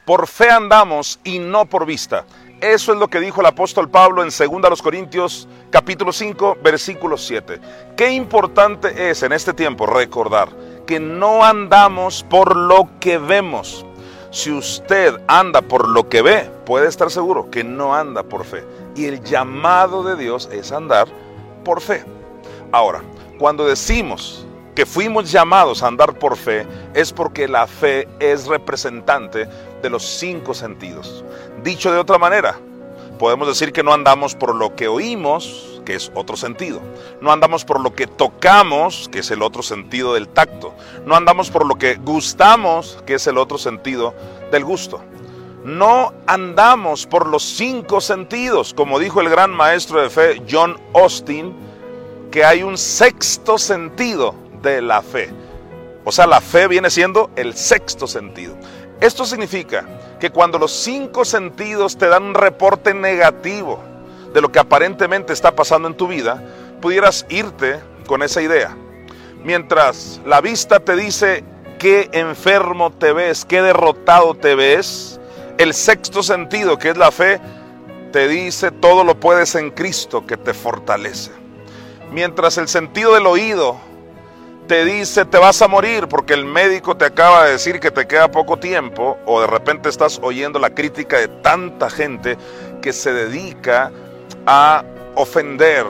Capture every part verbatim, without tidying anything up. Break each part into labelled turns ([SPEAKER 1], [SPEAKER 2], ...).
[SPEAKER 1] Por fe andamos y no por vista. Eso es lo que dijo el apóstol Pablo en segunda Corintios capítulo cinco, versículo siete. Qué importante es en este tiempo recordar que no andamos por lo que vemos. Si usted anda por lo que ve, puede estar seguro que no anda por fe. Y el llamado de Dios es andar por fe. Ahora, cuando decimos que fuimos llamados a andar por fe, es porque la fe es representante de los cinco sentidos. Dicho de otra manera, podemos decir que no andamos por lo que oímos, que es otro sentido. No andamos por lo que tocamos, que es el otro sentido del tacto. No andamos por lo que gustamos, que es el otro sentido del gusto. No andamos por los cinco sentidos, como dijo el gran maestro de fe John Austin, que hay un sexto sentido de la fe. O sea, la fe viene siendo el sexto sentido. Esto significa que cuando los cinco sentidos te dan un reporte negativo de lo que aparentemente está pasando en tu vida, pudieras irte con esa idea. Mientras la vista te dice qué enfermo te ves, qué derrotado te ves, el sexto sentido, que es la fe, te dice todo lo puedes en Cristo que te fortalece. Mientras el sentido del oído te dice te vas a morir porque el médico te acaba de decir que te queda poco tiempo, o de repente estás oyendo la crítica de tanta gente que se dedica a ofender.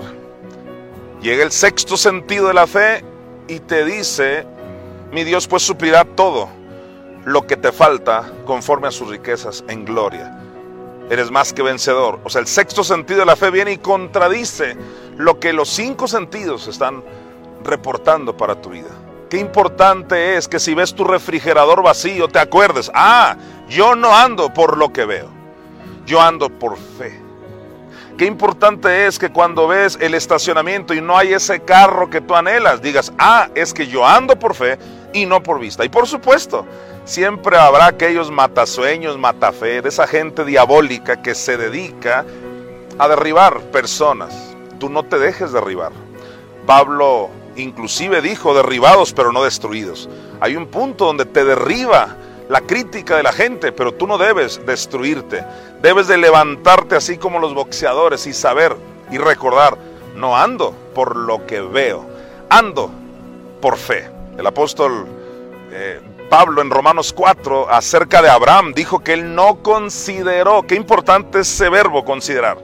[SPEAKER 1] Llega el sexto sentido de la fe y te dice mi Dios pues suplirá todo lo que te falta conforme a sus riquezas en gloria. Eres más que vencedor. O sea, el sexto sentido de la fe viene y contradice lo que los cinco sentidos están reportando para tu vida. Qué importante es que si ves tu refrigerador vacío te acuerdes, ah, yo no ando por lo que veo, yo ando por fe. Qué importante es que cuando ves el estacionamiento y no hay ese carro que tú anhelas, digas, ah, es que yo ando por fe y no por vista. Y por supuesto, siempre habrá aquellos matasueños, matafe, de esa gente diabólica que se dedica a derribar personas. Tú no te dejes derribar. Pablo inclusive dijo derribados pero no destruidos. Hay un punto donde te derriba la crítica de la gente, pero tú no debes destruirte. Debes de levantarte así como los boxeadores y saber y recordar, no ando por lo que veo, ando por fe. El apóstol eh, Pablo en Romanos cuatro acerca de Abraham dijo que él no consideró, qué importante es ese verbo considerar,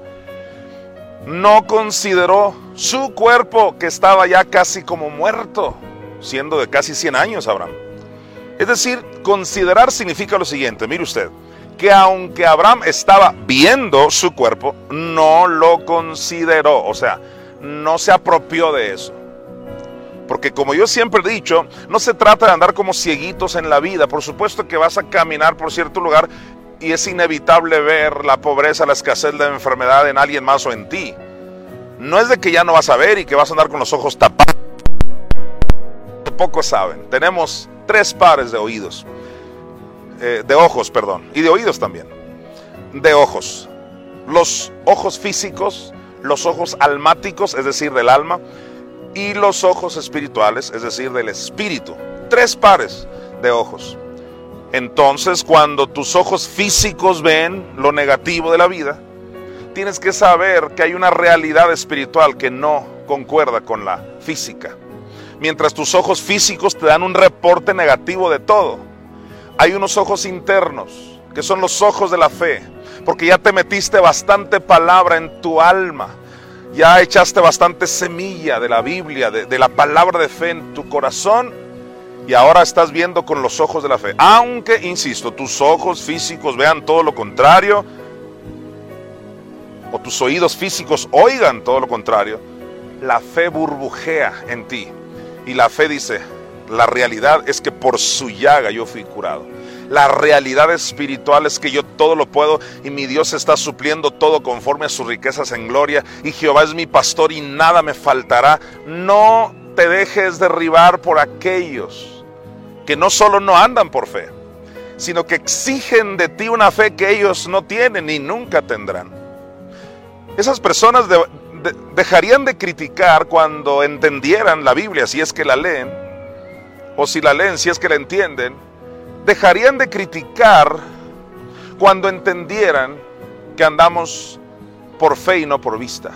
[SPEAKER 1] no consideró su cuerpo que estaba ya casi como muerto, siendo de casi cien años Abraham. Es decir, considerar significa lo siguiente, mire usted, que aunque Abraham estaba viendo su cuerpo, no lo consideró, o sea, no se apropió de eso. Porque como yo siempre he dicho, no se trata de andar como cieguitos en la vida. Por supuesto que vas a caminar por cierto lugar y es inevitable ver la pobreza, la escasez, la enfermedad en alguien más o en ti. No es de que ya no vas a ver y que vas a andar con los ojos tapados. Pocos saben, tenemos tres pares de oídos, eh, de ojos, perdón, y de oídos también. De ojos, los ojos físicos, los ojos almáticos, es decir, del alma, y los ojos espirituales, es decir, del espíritu. Tres pares de ojos. Entonces, cuando tus ojos físicos ven lo negativo de la vida, tienes que saber que hay una realidad espiritual que no concuerda con la física. Mientras tus ojos físicos te dan un reporte negativo de todo, hay unos ojos internos, que son los ojos de la fe, porque ya te metiste bastante palabra en tu alma, ya echaste bastante semilla de la Biblia, de, de la palabra de fe en tu corazón, y ahora estás viendo con los ojos de la fe. Aunque, insisto, tus ojos físicos vean todo lo contrario, o tus oídos físicos oigan todo lo contrario, la fe burbujea en ti. Y la fe dice, la realidad es que por su llaga yo fui curado. La realidad espiritual es que yo todo lo puedo y mi Dios está supliendo todo conforme a sus riquezas en gloria. Y Jehová es mi pastor y nada me faltará. No te dejes derribar por aquellos que no solo no andan por fe, sino que exigen de ti una fe que ellos no tienen y nunca tendrán. Esas personas de, de, dejarían de criticar cuando entendieran la Biblia, si es que la leen, o si la leen, si es que la entienden. Dejarían de criticar cuando entendieran que andamos por fe y no por vista.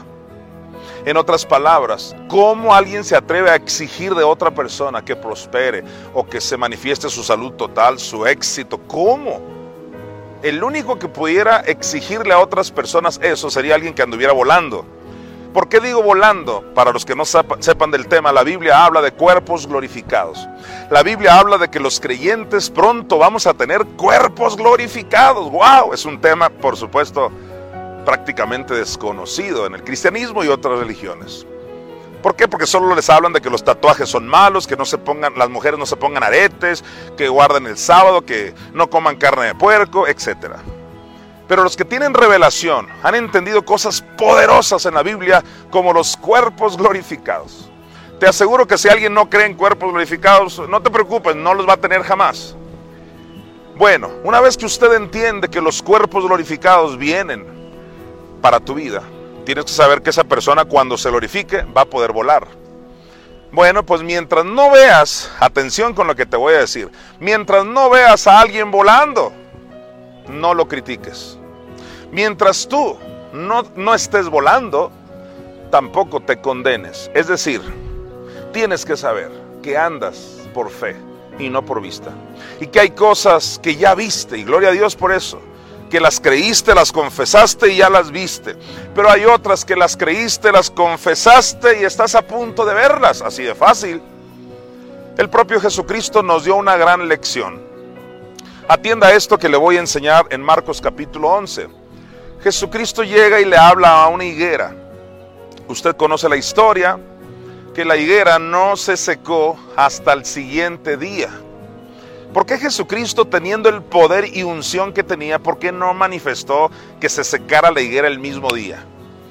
[SPEAKER 1] En otras palabras, ¿cómo alguien se atreve a exigir de otra persona que prospere o que se manifieste su salud total, su éxito? ¿Cómo? El único que pudiera exigirle a otras personas eso sería alguien que anduviera volando. ¿Por qué digo volando? Para los que no sepan del tema, la Biblia habla de cuerpos glorificados. La Biblia habla de que los creyentes pronto vamos a tener cuerpos glorificados. ¡Wow! Es un tema, por supuesto, prácticamente desconocido en el cristianismo y otras religiones. ¿Por qué? Porque solo les hablan de que los tatuajes son malos, que no se pongan, las mujeres no se pongan aretes, que guarden el sábado, que no coman carne de puerco, etcétera. Pero los que tienen revelación han entendido cosas poderosas en la Biblia como los cuerpos glorificados. Te aseguro que si alguien no cree en cuerpos glorificados, no te preocupes, no los va a tener jamás. Bueno, una vez que usted entiende que los cuerpos glorificados vienen para tu vida, tienes que saber que esa persona cuando se glorifique va a poder volar. Bueno, pues mientras no veas, atención con lo que te voy a decir, mientras no veas a alguien volando, no lo critiques. Mientras tú no, no estés volando, tampoco te condenes. Es decir, tienes que saber que andas por fe y no por vista. Y que hay cosas que ya viste, y gloria a Dios por eso. Que las creíste, las confesaste y ya las viste. Pero hay otras que las creíste, las confesaste y estás a punto de verlas. Así de fácil. El propio Jesucristo nos dio una gran lección. Atienda esto que le voy a enseñar en Marcos capítulo once. Jesucristo llega y le habla a una higuera. Usted conoce la historia, que la higuera no se secó hasta el siguiente día. ¿Por qué Jesucristo, teniendo el poder y unción que tenía, por qué no manifestó que se secara la higuera el mismo día?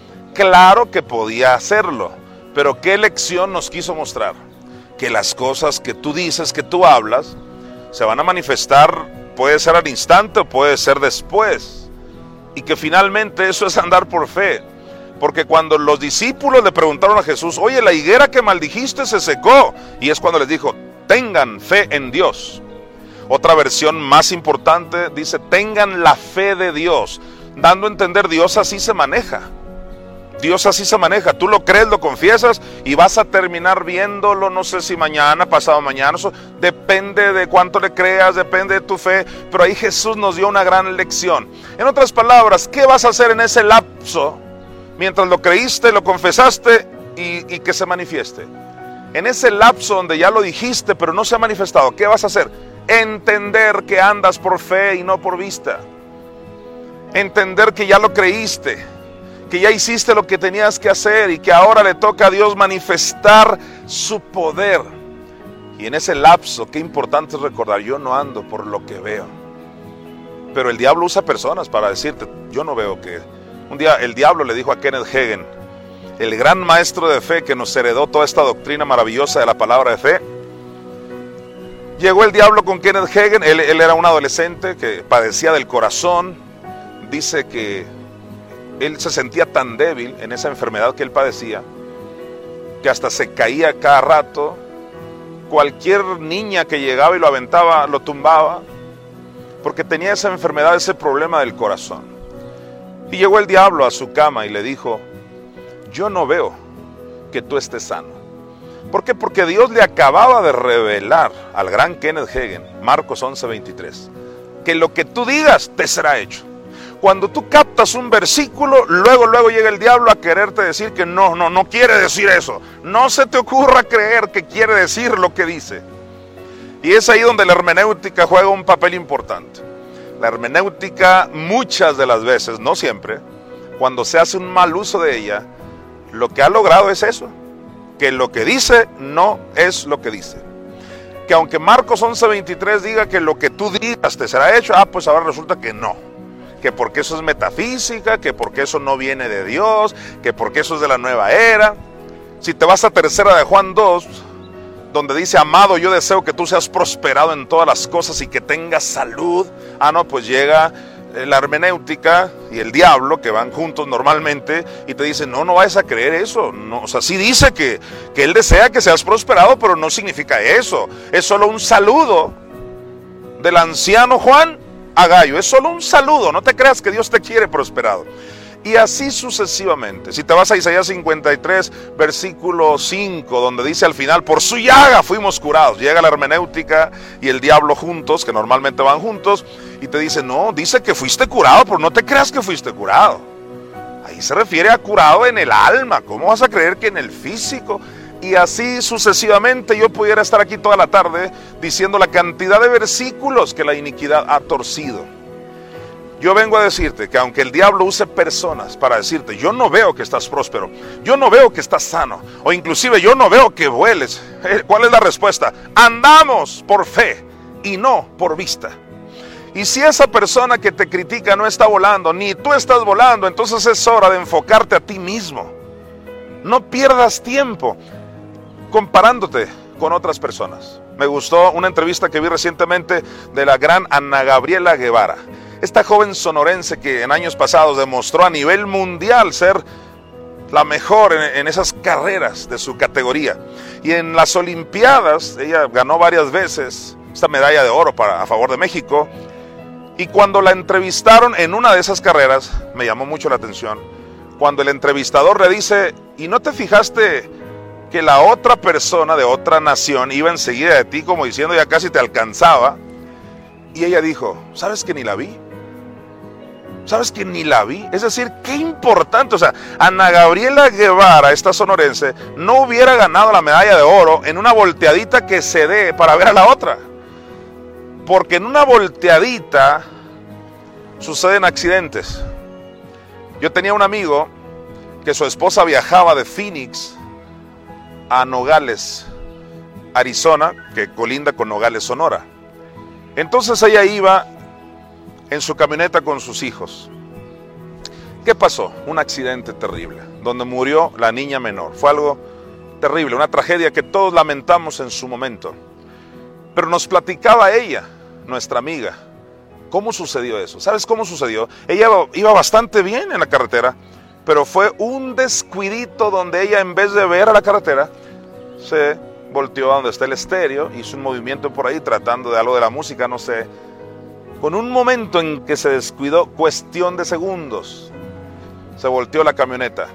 [SPEAKER 1] Claro que podía hacerlo, pero ¿qué lección nos quiso mostrar? Que las cosas que tú dices, que tú hablas, se van a manifestar, puede ser al instante o puede ser después. Y que finalmente eso es andar por fe. Porque cuando los discípulos le preguntaron a Jesús, oye, la higuera que maldijiste se secó. Y es cuando les dijo, tengan fe en Dios. Otra versión más importante dice, tengan la fe de Dios. Dando a entender, Dios así se maneja. Dios así se maneja. Tú lo crees, lo confiesas y vas a terminar viéndolo, no sé si mañana, pasado mañana. Eso depende de cuánto le creas, depende de tu fe. Pero ahí Jesús nos dio una gran lección. En otras palabras, ¿qué vas a hacer en ese lapso mientras lo creíste, lo confesaste y, y que se manifieste? En ese lapso donde ya lo dijiste pero no se ha manifestado, ¿qué vas a hacer? Entender que andas por fe y no por vista. Entender que ya lo creíste, que ya hiciste lo que tenías que hacer y que ahora le toca a Dios manifestar su poder. Y en ese lapso, qué importante es recordar, yo no ando por lo que veo. Pero el diablo usa personas para decirte, yo no veo que... Un día el diablo le dijo a Kenneth Hagin, el gran maestro de fe que nos heredó toda esta doctrina maravillosa de la palabra de fe. Llegó el diablo con Kenneth Hagin, él, él era un adolescente que padecía del corazón. Dice que él se sentía tan débil en esa enfermedad que él padecía, que hasta se caía cada rato. Cualquier niña que llegaba y lo aventaba, lo tumbaba, porque tenía esa enfermedad, ese problema del corazón. Y llegó el diablo a su cama y le dijo, yo no veo que tú estés sano. ¿Por qué? Porque Dios le acababa de revelar al gran Kenneth Hagin, Marcos once veintitrés, que lo que tú digas te será hecho. Cuando tú captas un versículo, luego, luego llega el diablo a quererte decir que no, no, no quiere decir eso. No se te ocurra creer que quiere decir lo que dice. Y es ahí donde la hermenéutica juega un papel importante. La hermenéutica muchas de las veces, no siempre, cuando se hace un mal uso de ella, lo que ha logrado es eso, que lo que dice no es lo que dice. Que aunque Marcos once veintitrés diga que lo que tú digas te será hecho, ah, pues ahora resulta que no. Que porque eso es metafísica, que porque eso no viene de Dios, que porque eso es de la nueva era. Si te vas a tercera de Juan dos, donde dice, amado, yo deseo que tú seas prosperado en todas las cosas y que tengas salud. Ah, no, pues llega la hermenéutica y el diablo, que van juntos normalmente, y te dicen, no, no vayas a creer eso. No, o sea, sí dice que, que él desea que seas prosperado, pero no significa eso. Es solo un saludo del anciano Juan a Gallo, es solo un saludo, no te creas que Dios te quiere prosperado. Y así sucesivamente. Si te vas a Isaías cincuenta y tres, versículo cinco, donde dice al final, por su llaga fuimos curados. Llega la hermenéutica y el diablo juntos, que normalmente van juntos, y te dice, no, dice que fuiste curado, pero no te creas que fuiste curado. Ahí se refiere a curado en el alma. ¿Cómo vas a creer que en el físico? Y así sucesivamente. Yo pudiera estar aquí toda la tarde diciendo la cantidad de versículos que la iniquidad ha torcido. Yo vengo a decirte que aunque el diablo use personas para decirte, yo no veo que estás próspero, yo no veo que estás sano, o inclusive yo no veo que vueles. ¿Cuál es la respuesta? Andamos por fe y no por vista. Y si esa persona que te critica no está volando, ni tú estás volando, entonces es hora de enfocarte a ti mismo. No pierdas tiempo comparándote con otras personas. Me gustó una entrevista que vi recientemente de la gran Ana Gabriela Guevara. Esta joven sonorense que en años pasados demostró a nivel mundial ser la mejor en, en esas carreras de su categoría. Y en las Olimpiadas, ella ganó varias veces esta medalla de oro para, a favor de México. Y cuando la entrevistaron en una de esas carreras, me llamó mucho la atención, cuando el entrevistador le dice, ¿y no te fijaste que la otra persona de otra nación iba enseguida de ti como diciendo ya casi te alcanzaba? Y ella dijo, ¿sabes que ni la vi? ¿Sabes que ni la vi? Es decir, qué importante. O sea, Ana Gabriela Guevara, esta sonorense, no hubiera ganado la medalla de oro en una volteadita que se dé para ver a la otra. Porque en una volteadita suceden accidentes. Yo tenía un amigo que su esposa viajaba de Phoenix a Nogales, Arizona, que colinda con Nogales, Sonora. Entonces ella iba en su camioneta con sus hijos. ¿Qué pasó? Un accidente terrible, donde murió la niña menor. Fue algo terrible, una tragedia que todos lamentamos en su momento. Pero nos platicaba ella, nuestra amiga, cómo sucedió eso. ¿Sabes cómo sucedió? Ella iba bastante bien en la carretera, pero fue un descuidito donde ella, en vez de ver a la carretera, se volteó a donde está el estéreo, hizo un movimiento por ahí tratando de algo de la música, no sé. Con un momento en que se descuidó, cuestión de segundos, se volteó la camioneta.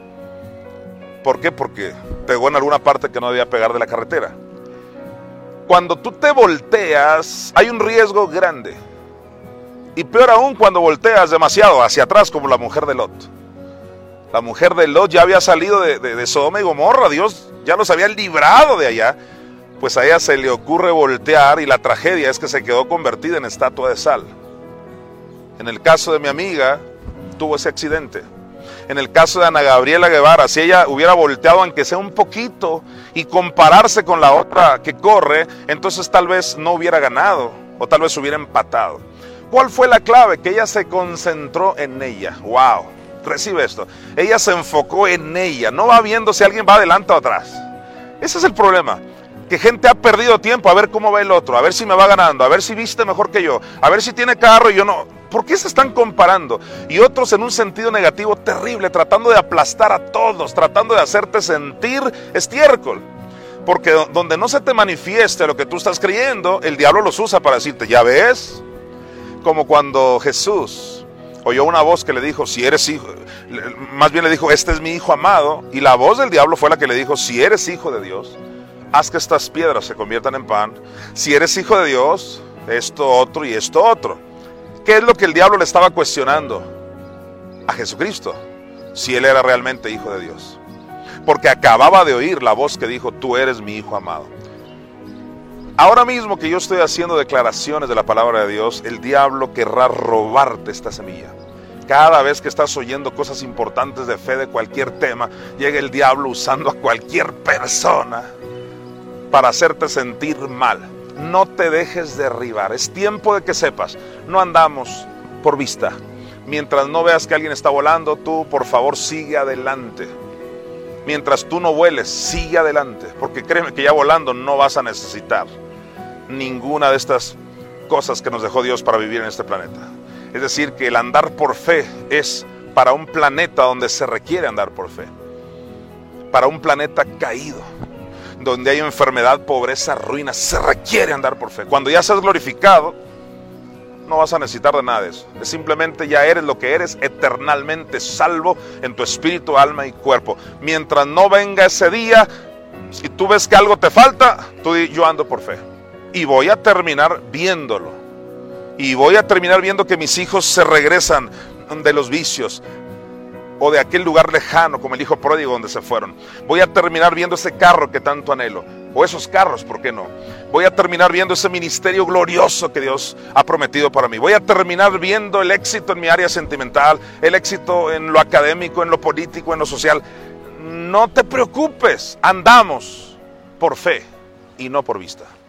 [SPEAKER 1] ¿Por qué? Porque pegó en alguna parte que no debía pegar de la carretera. Cuando tú te volteas, hay un riesgo grande. Y peor aún cuando volteas demasiado hacia atrás, como la mujer de Lot. La mujer de Lot ya había salido de, de, de Sodoma y Gomorra. Dios ya los había librado de allá. Pues a ella se le ocurre voltear y la tragedia es que se quedó convertida en estatua de sal. En el caso de mi amiga, tuvo ese accidente. En el caso de Ana Gabriela Guevara, si ella hubiera volteado aunque sea un poquito y compararse con la otra que corre, entonces tal vez no hubiera ganado o tal vez hubiera empatado. ¿Cuál fue la clave? Que ella se concentró en ella. ¡Wow! Recibe esto. Ella se enfocó en ella, no va viendo si alguien va adelante o atrás. Ese es el problema. Que gente ha perdido tiempo a ver cómo va el otro, a ver si me va ganando, a ver si viste mejor que yo, a ver si tiene carro y yo no. ¿Por qué se están comparando? Y otros en un sentido negativo terrible, tratando de aplastar a todos, tratando de hacerte sentir estiércol. Porque donde no se te manifieste lo que tú estás creyendo, el diablo los usa para decirte, ¿ya ves? Como cuando Jesús oyó una voz que le dijo, si eres hijo, más bien le dijo, este es mi hijo amado, y la voz del diablo fue la que le dijo, si eres hijo de Dios, haz que estas piedras se conviertan en pan. Si eres hijo de Dios, esto otro y esto otro. ¿Qué es lo que el diablo le estaba cuestionando a Jesucristo? Si él era realmente hijo de Dios. Porque acababa de oír la voz que dijo, tú eres mi hijo amado. Ahora mismo que yo estoy haciendo declaraciones de la palabra de Dios, el diablo querrá robarte esta semilla. Cada vez que estás oyendo cosas importantes de fe de cualquier tema, llega el diablo usando a cualquier persona para hacerte sentir mal. No te dejes derribar. Es tiempo de que sepas, no andamos por vista. Mientras no veas que alguien está volando, tú por favor sigue adelante. Mientras tú no vueles, sigue adelante. Porque créeme que ya volando no vas a necesitar ninguna de estas cosas que nos dejó Dios para vivir en este planeta. Es decir, que el andar por fe es para un planeta donde se requiere andar por fe. Para un planeta caído, donde hay enfermedad, pobreza, ruina, se requiere andar por fe. Cuando ya seas glorificado, no vas a necesitar de nada de eso. Es simplemente ya eres lo que eres, eternalmente salvo en tu espíritu, alma y cuerpo. Mientras no venga ese día, si tú ves que algo te falta, tú di, yo ando por fe. Y voy a terminar viéndolo. Y voy a terminar viendo que mis hijos se regresan de los vicios o de aquel lugar lejano como el hijo pródigo donde se fueron. Voy a terminar viendo ese carro que tanto anhelo, o esos carros, ¿por qué no? Voy a terminar viendo ese ministerio glorioso que Dios ha prometido para mí. Voy a terminar viendo el éxito en mi área sentimental, el éxito en lo académico, en lo político, en lo social. No te preocupes, andamos por fe y no por vista.